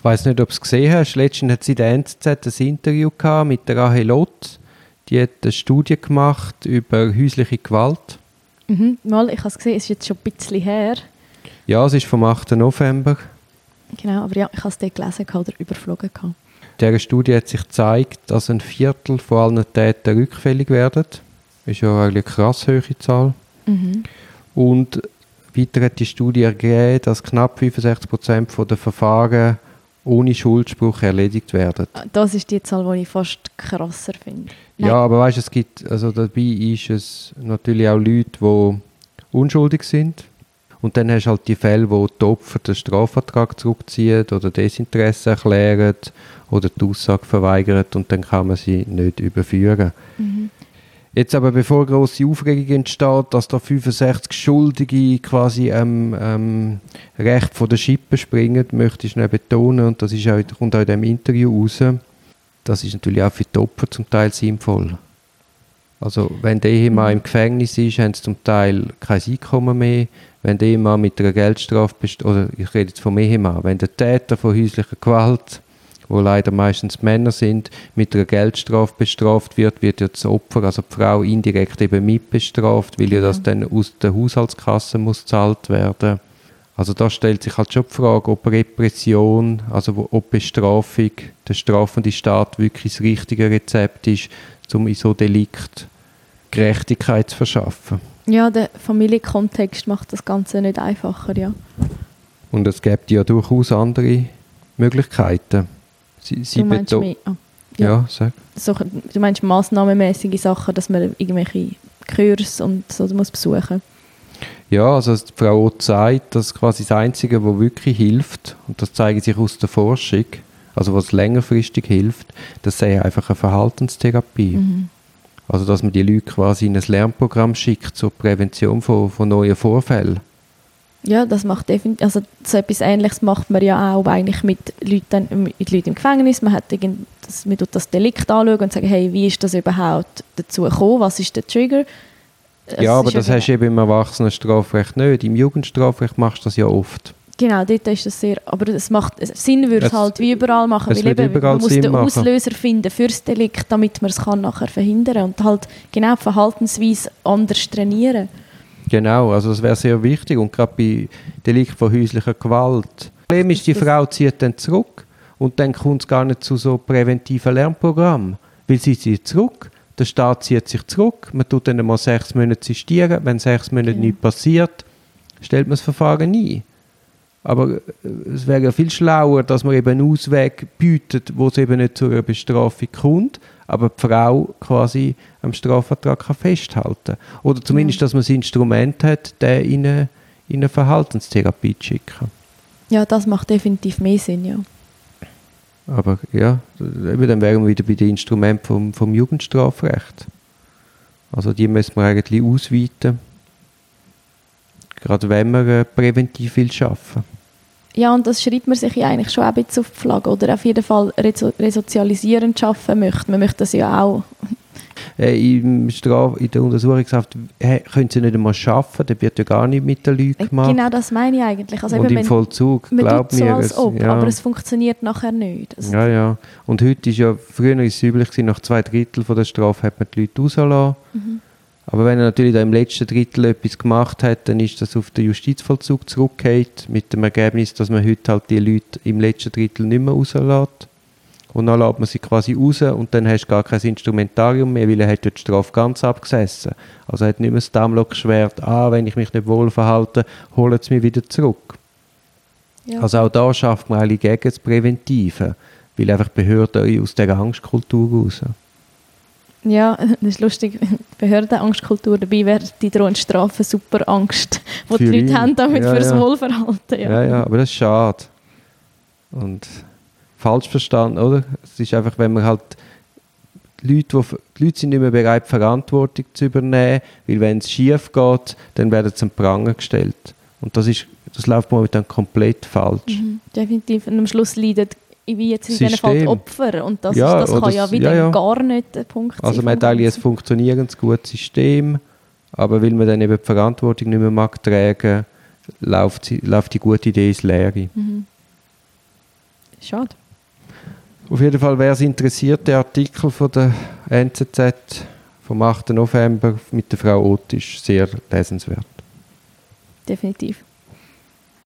weiss nicht, ob du es gesehen hast. Letztens hat sie in der NZZ ein Interview gehabt mit der Rahel Ott. Die hat eine Studie gemacht über häusliche Gewalt. Mal, ich habe es gesehen, es ist jetzt schon ein bisschen her. Ja, es ist vom 8. November. Genau, aber ja, ich habe es dort gelesen oder überflogen. In dieser Studie hat sich gezeigt, dass 1/4 von allen Tätern rückfällig werden. Das ist ja eigentlich eine krass hohe Zahl. Und weiter hat die Studie ergeben, dass knapp 65% der Verfahren ohne Schuldspruch erledigt werden. Das ist die Zahl, die ich fast krasser finde. Ja, aber weißt, es gibt, also dabei ist es natürlich auch Leute, die unschuldig sind. Und dann hast du halt die Fälle, wo die Opfer den Strafvertrag zurückziehen oder Desinteresse erklären oder die Aussage verweigern und dann kann man sie nicht überführen. Jetzt aber, bevor grosse Aufregung entsteht, dass da 65 Schuldige quasi Recht von der Schippe springen, möchte ich schnell betonen, und das ist auch, kommt auch in diesem Interview raus, das ist natürlich auch für die Opfer zum Teil sinnvoll. Also wenn der Ehemann im Gefängnis ist, haben sie zum Teil kein Einkommen mehr. Wenn der Ehemann mit einer Geldstrafe, oder ich rede jetzt vom Ehemann, wenn der Täter von häuslicher Gewalt, wo leider meistens Männer sind, mit einer Geldstrafe bestraft wird, wird ja das Opfer, also die Frau, indirekt eben mitbestraft, weil ja das dann aus der Haushaltskasse muss gezahlt werden. Also da stellt sich halt schon die Frage, ob Repression, also ob Bestrafung, der strafende Staat wirklich das richtige Rezept ist, um in so Delikt Gerechtigkeit zu verschaffen. Ja, der Familienkontext macht das Ganze nicht einfacher, ja. Und es gibt ja durchaus andere Möglichkeiten. Du meinst mehr? Ja, sag. So, du meinst massnahmenmäßige Sachen, dass man irgendwelche Kurs und so muss besuchen? Ja, also die Frau Ott sagt, dass quasi das Einzige, was wirklich hilft, und das zeigt sich aus der Forschung, also was längerfristig hilft, das sei einfach eine Verhaltenstherapie. Also dass man die Leute quasi in ein Lernprogramm schickt zur Prävention von neuen Vorfällen. Ja, das macht definitiv, also so etwas Ähnliches macht man ja auch eigentlich mit Leuten im Gefängnis. Man tut das Delikt anschauen und sagen, hey, wie ist das überhaupt dazu gekommen, was ist der Trigger? Ja, aber das hast du eben im Erwachsenenstrafrecht nicht. Im Jugendstrafrecht machst du das ja oft. Genau, dort ist das sehr, aber es macht Sinn, würde es halt wie überall machen, weil eben, man muss den Auslöser finden fürs Delikt, damit man es kann nachher verhindern und halt genau die Verhaltensweise anders trainieren. Genau, also das wäre sehr wichtig und gerade bei Delikt von häuslicher Gewalt. Das Problem ist, die Frau zieht dann zurück und dann kommt es gar nicht zu so präventiven Lernprogrammen, weil sie zieht zurück, der Staat zieht sich zurück, man tut dann mal 6 Monate sistieren, wenn 6 Monate nichts passiert, stellt man das Verfahren ein. Aber es wäre ja viel schlauer, dass man eben einen Ausweg bietet, wo es eben nicht zu einer Bestrafung kommt, aber die Frau quasi am Strafvertrag kann festhalten kann. Oder zumindest, dass man das Instrument hat, den in eine Verhaltenstherapie zu schicken. Ja, das macht definitiv mehr Sinn, ja. Aber ja, eben dann wären wir wieder bei den Instrumenten vom Jugendstrafrecht. Also die müssen wir eigentlich ausweiten. Gerade wenn man präventiv will arbeiten. Ja, und das schreibt man sich ja eigentlich schon ein bisschen auf die Flagge, oder auf jeden Fall resozialisierend arbeiten möchte. Man möchte das ja auch. In der Untersuchungshaft können sie nicht einmal arbeiten, da wird ja gar nicht mit den Leuten gemacht. Genau, das meine ich eigentlich. Also und im Vollzug, glaub mir. Als ob, ja. Aber es funktioniert nachher nicht. Also ja. Und heute ist ja, früher war es üblich, nach 2/3 der Strafe hat man die Leute rausgelassen. Aber wenn er natürlich da im letzten Drittel etwas gemacht hat, dann ist das auf den Justizvollzug zurückgekehrt, mit dem Ergebnis, dass man heute halt die Leute im letzten Drittel nicht mehr rauslässt. Und dann lässt man sie quasi raus und dann hast du gar kein Instrumentarium mehr, weil er hat ja die Strafe ganz abgesessen. Also er hat nicht mehr das Damoklesschwert, wenn ich mich nicht wohl verhalte, holen sie mich wieder zurück. Ja. Also auch da schafft man eigentlich gegen das Präventive, weil einfach Behörden aus der Angstkultur raus. Ja, das ist lustig. Behördenangstkultur, dabei wäre die drohende Strafe super Angst, die die Leute haben damit fürs Wohlverhalten. Ja, aber das ist schade. Und falsch verstanden, oder? Es ist einfach, wenn man halt die Leute sind nicht mehr bereit, Verantwortung zu übernehmen, weil wenn es schief geht, dann werden sie am Pranger gestellt. Und das läuft momentan komplett falsch. Definitiv. Und am Schluss leidet wie jetzt in diesem Fall die Opfer. Und das kann ja wieder gar nicht der Punkt sein. Also man hat eigentlich ein funktionierendes, gutes System, aber weil man dann eben die Verantwortung nicht mehr mag tragen, läuft die gute Idee ins Leere. Schade. Auf jeden Fall, wer es interessiert, der Artikel von der NZZ vom 8. November mit der Frau Ott ist sehr lesenswert. Definitiv.